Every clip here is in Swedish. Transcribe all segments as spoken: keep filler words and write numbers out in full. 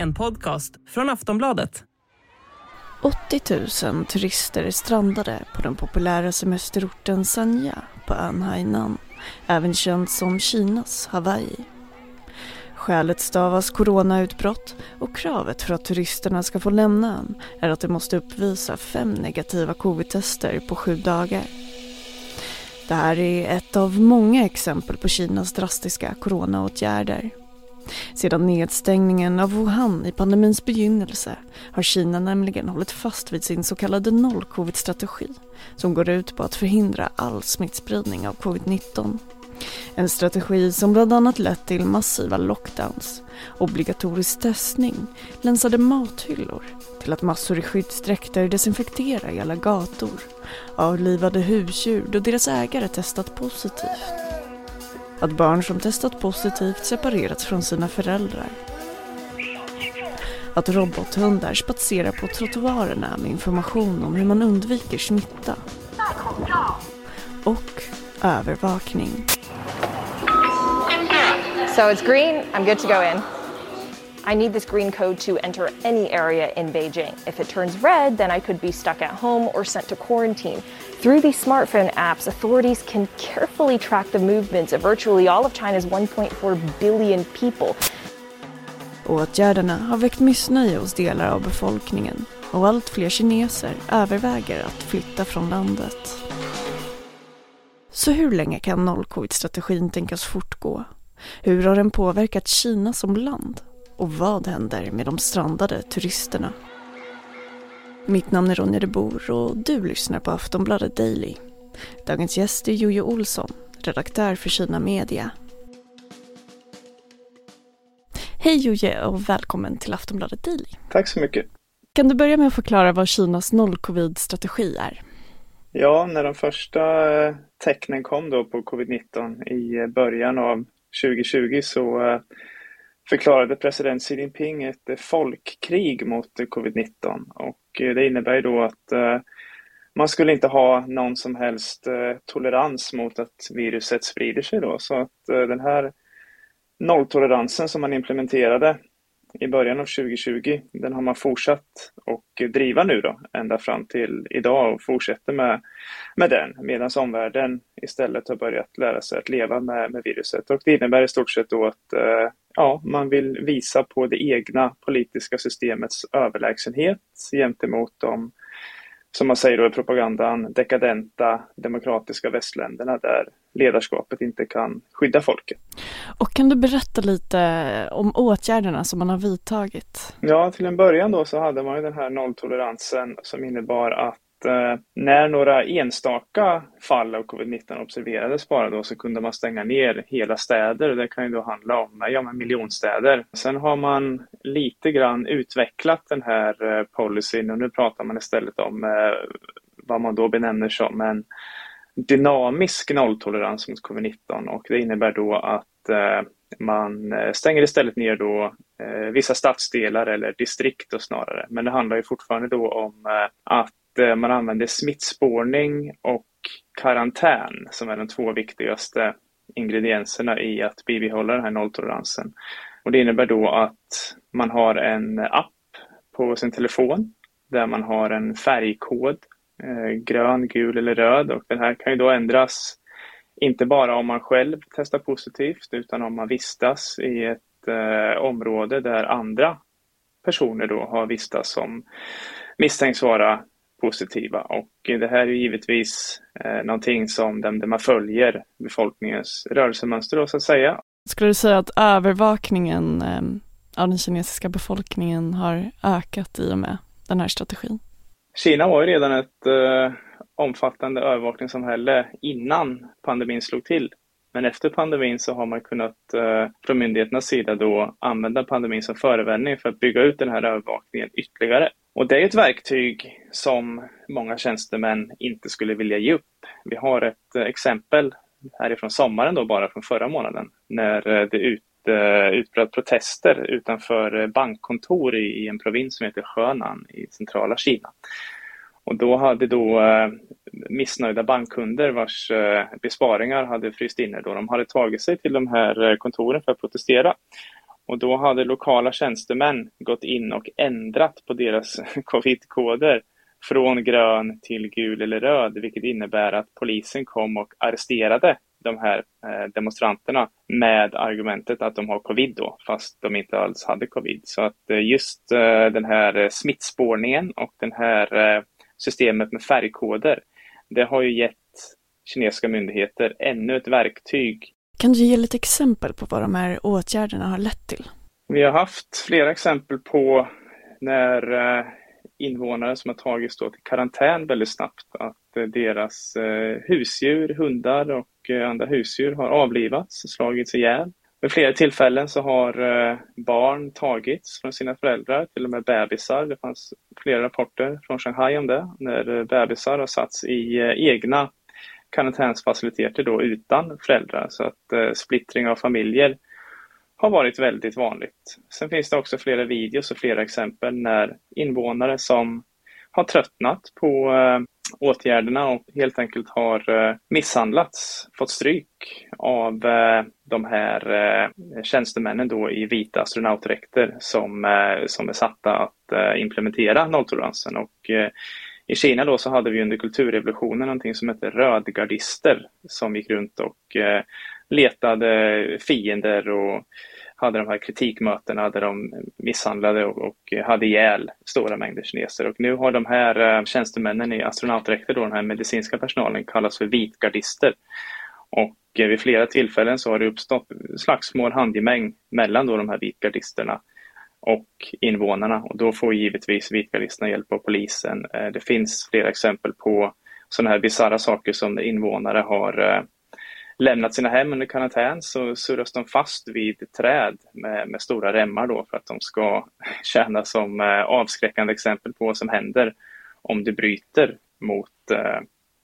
En podcast från Aftonbladet. åttio tusen turister är strandade på den populära semesterorten Sanya på ön Hainan, även känd som Kinas Hawaii. Skälet stavas coronautbrott och kravet för att turisterna ska få lämna ön är att de måste uppvisa fem negativa covid-tester på sju dagar. Det här är ett av många exempel på Kinas drastiska coronaåtgärder. Sedan nedstängningen av Wuhan i pandemins begynnelse har Kina nämligen hållit fast vid sin så kallade noll-covid-strategi som går ut på att förhindra all smittspridning av covid nitton. En strategi som bland annat lett till massiva lockdowns, obligatorisk testning, länsade mathyllor, till att massor i skyddsdräkter desinfekterar i alla gator, avlivade husdjur då deras ägare testat positivt. Att barn som testat positivt separerats från sina föräldrar. Att robothundar spatserar på trottoarerna med information om hur man undviker smitta. Och övervakning. So it's green, I'm good to go in. I need this green code to enter any area in Beijing. If it turns red, then I could be stuck at home or sent to quarantine. Through these smartphone apps, authorities can carefully track the movements of virtually all of China's one point four billion people. Åtgärderna har väckt missnöje hos delar av befolkningen och allt fler kineser överväger att flytta från landet. Så hur länge kan noll-covid-strategin tänkas fortgå? Hur har den påverkat Kina som land? Och vad händer med de strandade turisterna? Mitt namn är Ronja de Bor och du lyssnar på Aftonbladet Daily. Dagens gäst är Jojo Olsson, redaktör för Kina Media. Hej Jojo och välkommen till Aftonbladet Daily. Tack så mycket. Kan du börja med att förklara vad Kinas noll-covid-strategi är? Ja, när de första tecknen kom då på covid nitton i början av tjugo tjugo så förklarade president Xi Jinping ett folkkrig mot covid nitton. Och det innebär då att man skulle inte ha någon som helst tolerans mot att viruset sprider sig då. Så att den här nolltoleransen som man implementerade i början av tjugo tjugo, den har man fortsatt och driva nu då ända fram till idag och fortsätter med, med den, medan omvärlden istället har börjat lära sig att leva med, med viruset. Och det innebär i stort sett då att eh, ja, man vill visa på det egna politiska systemets överlägsenhet gentemot de, som man säger då i propagandan, dekadenta demokratiska västländerna där ledarskapet inte kan skydda folket. Och kan du berätta lite om åtgärderna som man har vidtagit? Ja, till en början då så hade man ju den här nolltoleransen som innebar att eh, när några enstaka fall av covid nitton observerades bara då så kunde man stänga ner hela städer. Det kan ju då handla om ja, men miljonstäder. Sen har man lite grann utvecklat den här eh, policyn och nu pratar man istället om eh, vad man då benämner som en dynamisk nolltolerans mot covid nitton, och det innebär då att eh, man stänger istället ner då eh, vissa stadsdelar eller distrikt då snarare. Men det handlar ju fortfarande då om eh, att eh, man använder smittspårning och karantän som är de två viktigaste ingredienserna i att bibehålla den här nolltoleransen. Och det innebär då att man har en app på sin telefon där man har en färgkod, grön, gul eller röd, och den här kan ju då ändras inte bara om man själv testar positivt utan om man vistas i ett eh, område där andra personer då har vistats som misstänks vara positiva, och det här är givetvis eh, någonting som där man följer befolkningens rörelsemönster då, så att säga. Skulle du säga att övervakningen eh, av den kinesiska befolkningen har ökat i och med den här strategin? Kina var ju redan ett eh, omfattande övervakningssamhälle innan pandemin slog till. Men efter pandemin så har man kunnat eh, från myndigheternas sida då använda pandemin som förevändning för att bygga ut den här övervakningen ytterligare. Och det är ett verktyg som många tjänstemän inte skulle vilja ge upp. Vi har ett eh, exempel härifrån sommaren då, bara från förra månaden, när eh, det ut utbröt protester utanför bankkontor i en provins som heter Henan i centrala Kina. Och då hade då missnöjda bankkunder vars besparingar hade fryst inne då, de hade tagit sig till de här kontoren för att protestera. Och då hade lokala tjänstemän gått in och ändrat på deras covid-koder från grön till gul eller röd, vilket innebär att polisen kom och arresterade de här demonstranterna med argumentet att de har covid då, fast de inte alls hade covid. Så att just den här smittspårningen och den här systemet med färgkoder, det har ju gett kinesiska myndigheter ännu ett verktyg. Kan du ge lite exempel på vad de här åtgärderna har lett till? Vi har haft flera exempel på när invånare som har tagits då till karantän väldigt snabbt, att deras husdjur, hundar och andra husdjur har avlivats, slagits ihjäl. Vid flera tillfällen så har barn tagits från sina föräldrar, till och med bebisar. Det fanns flera rapporter från Shanghai om det, när bebisar har satts i egna karantänsfaciliteter då utan föräldrar, så att splittring av familjer har varit väldigt vanligt. Sen finns det också flera videos och flera exempel när invånare som har tröttnat på äh, åtgärderna och helt enkelt har äh, misshandlats, fått stryk av äh, de här äh, tjänstemännen då i vita astronautdräkter som, äh, som är satta att äh, implementera nolltoleransen. Och äh, i Kina då så hade vi under kulturrevolutionen någonting som heter rödgardister som gick runt och eh, letade fiender och hade de här kritikmötena där de misshandlade och, och hade ihjäl stora mängder kineser. Och nu har de här eh, tjänstemännen i astronautdräkter då, den här medicinska personalen, kallas för vitgardister. Och eh, vid flera tillfällen så har det uppstått slagsmål, handgemäng mellan då de här vitgardisterna och invånarna, och då får givetvis vitgardisterna hjälp av polisen. Det finns flera exempel på sådana här bizarra saker som när invånare har lämnat sina hem under karantän, så surras de fast vid träd med, med stora remmar då för att de ska tjäna som avskräckande exempel på vad som händer om du bryter mot eh,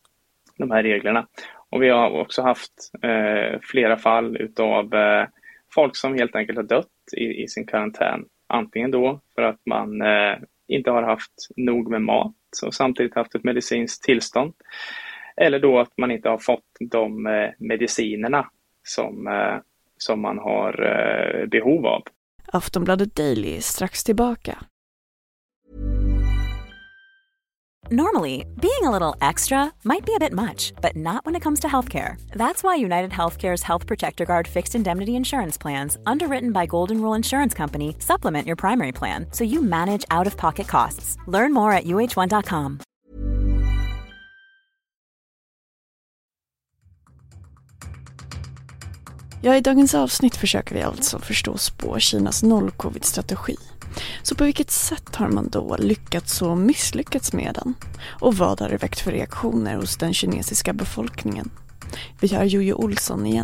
de här reglerna. Och vi har också haft eh, flera fall utav eh, folk som helt enkelt har dött i, i sin karantän. Antingen då för att man eh, inte har haft nog med mat och samtidigt haft ett medicinskt tillstånd. Eller då att man inte har fått de eh, medicinerna som, eh, som man har eh, behov av. Aftonbladet Daily är strax tillbaka. Normally, being a little extra might be a bit much, but not when it comes to healthcare. That's why United Healthcare's Health Protector Guard fixed indemnity insurance plans, underwritten by Golden Rule Insurance Company, supplement your primary plan so you manage out-of-pocket costs. Learn more at U H one dot com. Ja, i dagens avsnitt försöker vi alltså förstå spå Kinas noll-covid-strategi. Så på vilket sätt har man då lyckats och misslyckats med den? Och vad har det väckt för reaktioner hos den kinesiska befolkningen? Vi har Jojo Olsson igen.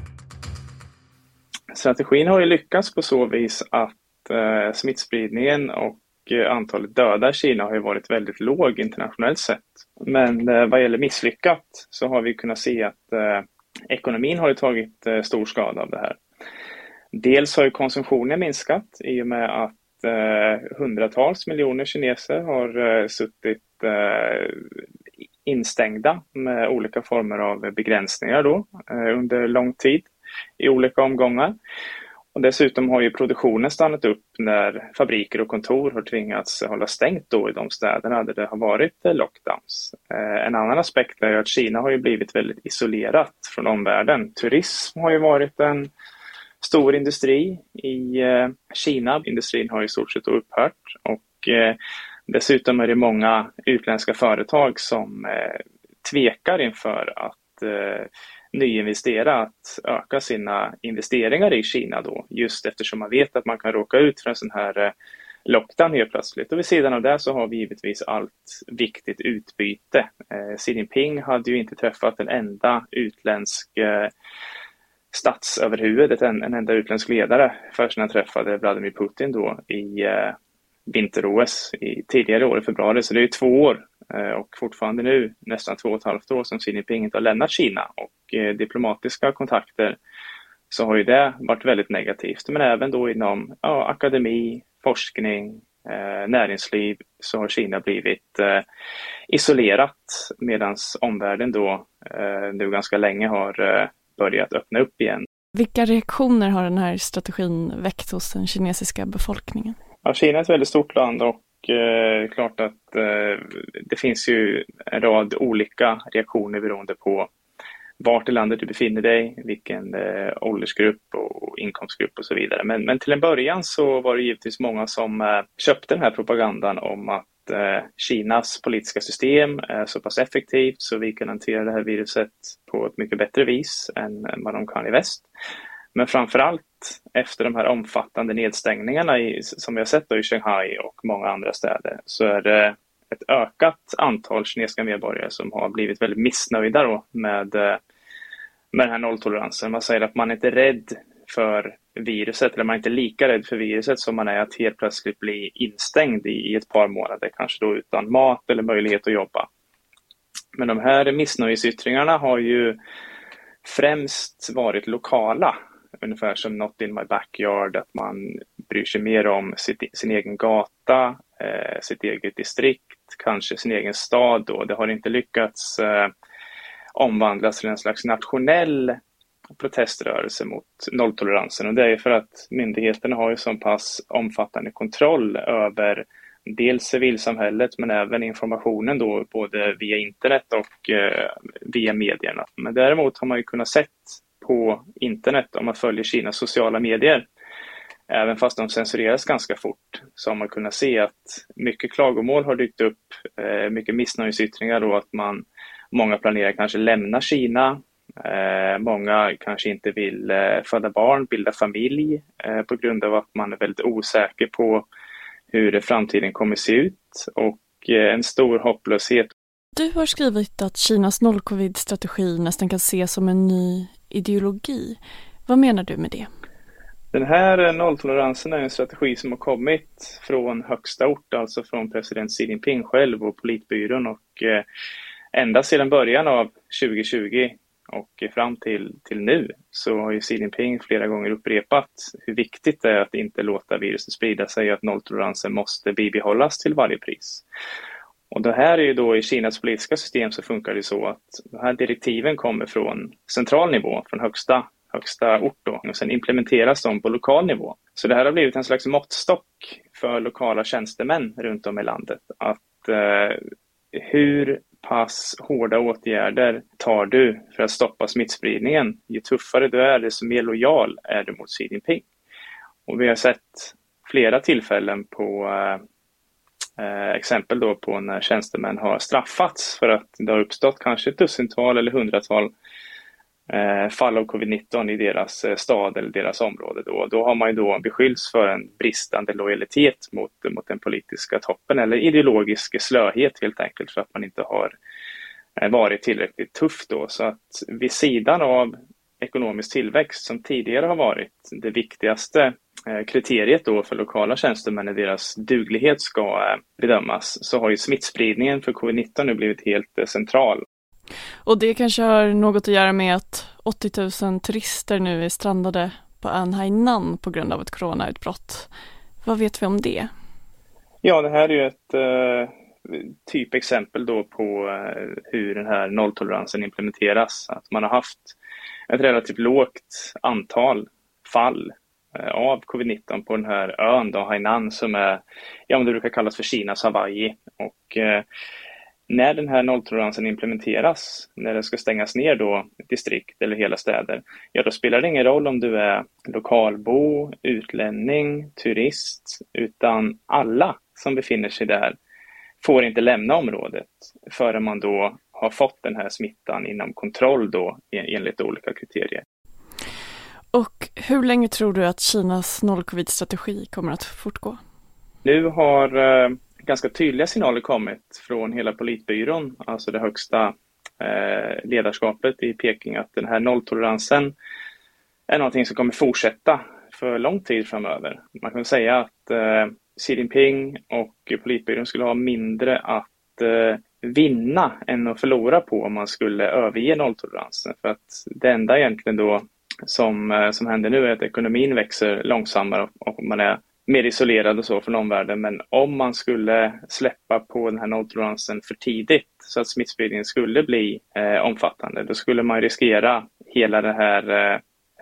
Strategin har ju lyckats på så vis att eh, smittspridningen och eh, antalet döda i Kina har ju varit väldigt låg internationellt sett. Men eh, vad gäller misslyckat så har vi kunnat se att eh, ekonomin har ju tagit eh, stor skada av det här. Dels har ju konsumtionen minskat i och med att eh, hundratals miljoner kineser har eh, suttit eh, instängda med olika former av begränsningar då, eh, under lång tid i olika omgångar. Och dessutom har ju produktionen stannat upp när fabriker och kontor har tvingats hålla stängt då i de städerna där det har varit lockdowns. Eh, en annan aspekt är att Kina har ju blivit väldigt isolerat från omvärlden. Turism har ju varit en stor industri i eh, Kina. Industrin har i stort sett upphört och eh, dessutom är det många utländska företag som eh, tvekar inför att eh, nyinvestera, att öka sina investeringar i Kina då, just eftersom man vet att man kan råka ut för en sån här eh, lockdown helt plötsligt. Och vid sidan av det så har vi givetvis allt viktigt utbyte. Eh, Xi Jinping hade ju inte träffat en enda utländsk eh, statsöverhuvud, en, en enda utländsk ledare först när han träffade Vladimir Putin då i eh, vinter-O S i tidigare år i februari. Så det är två år eh, och fortfarande nu nästan två och ett halvt år som Xi Jinping inte har lämnat Kina. Och eh, diplomatiska kontakter så har ju det varit väldigt negativt. Men även då inom ja, akademi, forskning, eh, näringsliv så har Kina blivit eh, isolerat medan omvärlden då eh, nu ganska länge har eh, börjat öppna upp igen. Vilka reaktioner har den här strategin väckt hos den kinesiska befolkningen? Ja, Kina är ett väldigt stort land och eh, klart att eh, det finns ju en rad olika reaktioner beroende på vart i landet du befinner dig, vilken eh, åldersgrupp och inkomstgrupp och så vidare. Men, men till en början så var det givetvis många som eh, köpte den här propagandan om att eh, Kinas politiska system är så pass effektivt så vi kan hantera det här viruset på ett mycket bättre vis än, än vad de kan i väst. Men framförallt efter de här omfattande nedstängningarna i, som vi har sett då i Shanghai och många andra städer så är det ett ökat antal kinesiska medborgare som har blivit väldigt missnöjda då med, med den här nolltoleransen. Man säger att man inte är rädd för viruset eller man är inte lika rädd för viruset som man är att helt plötsligt bli instängd i, i ett par månader, kanske då utan mat eller möjlighet att jobba. Men de här missnöjesyttringarna har ju främst varit lokala. Ungefär som not in my backyard, att man bryr sig mer om sitt, sin egen gata, eh, sitt eget distrikt, kanske sin egen stad. Då. Det har inte lyckats eh, omvandlas till en slags nationell proteströrelse mot nolltoleransen. Och det är för att myndigheterna har ju så pass omfattande kontroll över dels civilsamhället men även informationen då, både via internet och eh, via medierna. Men däremot har man ju kunnat sett på internet om man följer Kinas sociala medier, även fast de censureras ganska fort, så har man kunnat se att mycket klagomål har dykt upp, eh, mycket missnöjesyttringar då att man, många planerar kanske lämna Kina, eh, många kanske inte vill eh, föda barn, bilda familj eh, på grund av att man är väldigt osäker på hur framtiden kommer se ut och eh, en stor hopplöshet. Du har skrivit att Kinas nollcovid-strategi nästan kan ses som en ny ideologi. Vad menar du med det? Den här nolltoleransen är en strategi som har kommit från högsta ort, alltså från president Xi Jinping själv och politbyrån. Och eh, ända sedan början av tjugo tjugo och fram till, till nu så har ju Xi Jinping flera gånger upprepat hur viktigt det är att inte låta viruset sprida sig och att nolltoleransen måste bibehållas till varje pris. Och det här är ju då i Kinas politiska system så funkar det så att de här direktiven kommer från central nivå, från högsta, högsta ort då, och sen implementeras de på lokal nivå. Så det här har blivit en slags måttstock för lokala tjänstemän runt om i landet. Att eh, hur pass hårda åtgärder tar du för att stoppa smittspridningen? Ju tuffare du är, desto mer lojal är du mot Xi Jinping. Och vi har sett flera tillfällen på eh, Eh, exempel då på när tjänstemän har straffats för att det har uppstått kanske ett dussintal eller hundratal eh, fall av covid nitton i deras eh, stad eller deras område. Då. Då har man ju då beskyllts för en bristande lojalitet mot, mot den politiska toppen eller ideologisk slöhet helt enkelt för att man inte har eh, varit tillräckligt tuff då. Så att vid sidan av ekonomisk tillväxt som tidigare har varit det viktigaste kriteriet då för lokala tjänstemän när deras duglighet ska bedömas, så har ju smittspridningen för covid nitton nu blivit helt central. Och det kanske har något att göra med att åttio tusen turister nu är strandade på ön Hainan på grund av ett coronautbrott. Vad vet vi om det? Ja, det här är ju ett uh, typexempel då på uh, hur den här nolltoleransen implementeras. Att man har haft ett relativt lågt antal fall av covid nitton på den här ön då, Hainan, som är, ja, det brukar kallas för Kinas Hawaii. Och eh, när den här nolltoleransen implementeras, när det ska stängas ner då distrikt eller hela städer, ja då spelar det ingen roll om du är lokalbo, utlänning, turist, utan alla som befinner sig där får inte lämna området förrän man då har fått den här smittan inom kontroll då enligt olika kriterier. Och hur länge tror du att Kinas nollcovid-strategi kommer att fortgå? Nu har eh, ganska tydliga signaler kommit från hela politbyrån, alltså det högsta eh, ledarskapet i Peking, att den här nolltoleransen är någonting som kommer fortsätta för lång tid framöver. Man kan säga att eh, Xi Jinping och politbyrån skulle ha mindre att eh, vinna än att förlora på om man skulle överge nolltoleransen. För att det enda egentligen då som, som händer nu är att ekonomin växer långsammare och man är mer isolerad och så från omvärlden. Men om man skulle släppa på den här nolltoleransen för tidigt så att smittspridningen skulle bli eh, omfattande, då skulle man riskera hela det här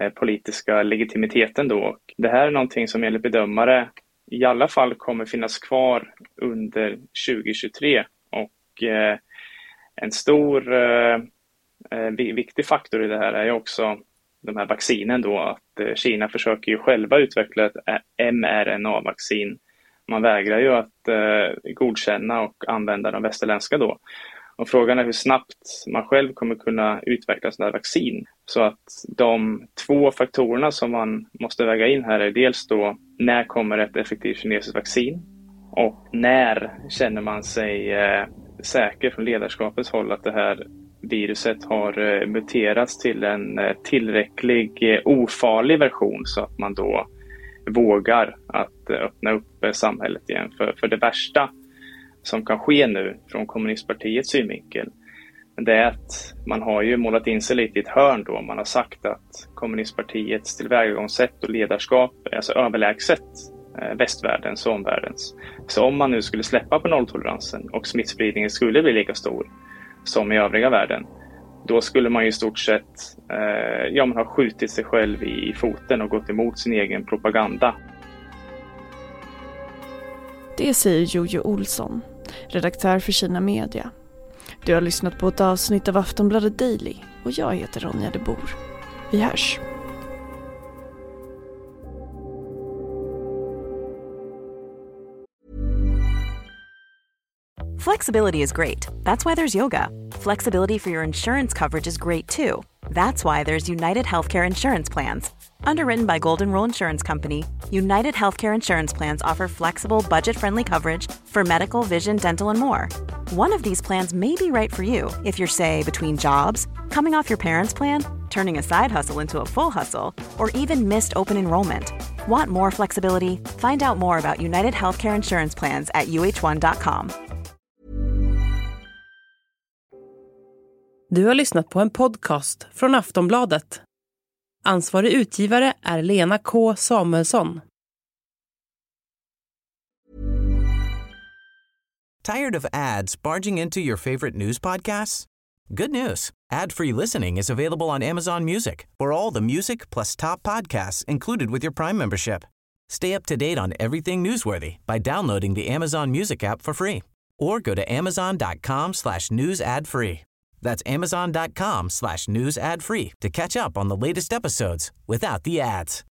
eh, politiska legitimiteten då. Och det här är någonting som enligt bedömare i alla fall kommer finnas kvar under tjugo tjugotre. Och eh, en stor eh, viktig faktor i det här är ju också de här vaccinen då, att eh, Kina försöker ju själva utveckla ett mRNA-vaccin. Man vägrar ju att eh, godkänna och använda de västerländska då. Och frågan är hur snabbt man själv kommer kunna utveckla sådana här vaccin. Så att de två faktorerna som man måste väga in här är dels då när kommer ett effektivt kinesiskt vaccin och när känner man sig eh, säker från ledarskapets håll att det här viruset har eh, muterats till en eh, tillräcklig eh, ofarlig version så att man då vågar att eh, öppna upp eh, samhället igen. För, för det värsta som kan ske nu från kommunistpartiets synvinkel, det är att man har ju målat in sig lite i ett hörn då. Man har sagt att kommunistpartiets tillvägagångssätt och ledarskap är alltså överlägset eh, västvärldens och omvärldens. Så om man nu skulle släppa på nolltoleransen och smittspridningen skulle bli lika stor som i övriga världen, då skulle man ju i stort sett eh, ja, man har skjutit sig själv i, i foten och gått emot sin egen propaganda. Det säger Jojo Olsson, redaktör för Kina Media. Du har lyssnat på ett avsnitt av Aftonbladet Daily och jag heter Ronja de Bor. Vi hörs. Flexibility is great. That's why there's yoga. Flexibility for your insurance coverage is great too. That's why there's United Healthcare Insurance Plans. Underwritten by Golden Rule Insurance Company, United Healthcare Insurance Plans offer flexible, budget-friendly coverage for medical, vision, dental, and more. One of these plans may be right for you if you're, say, between jobs, coming off your parents' plan, turning a side hustle into a full hustle, or even missed open enrollment. Want more flexibility? Find out more about United Healthcare Insurance Plans at U H one dot com. Du har lyssnat på en podcast från Aftonbladet. Ansvarig utgivare är Lena K. Samuelsson. Tired of ads barging into your favorite news podcasts? Good news. Ad-free listening is available on Amazon Music for all the music plus top podcasts included with your Prime membership. Stay up to date on everything newsworthy by downloading the Amazon Music app for free or go to amazon.com slash news ad free. That's amazon.com slash news ad free to catch up on the latest episodes without the ads.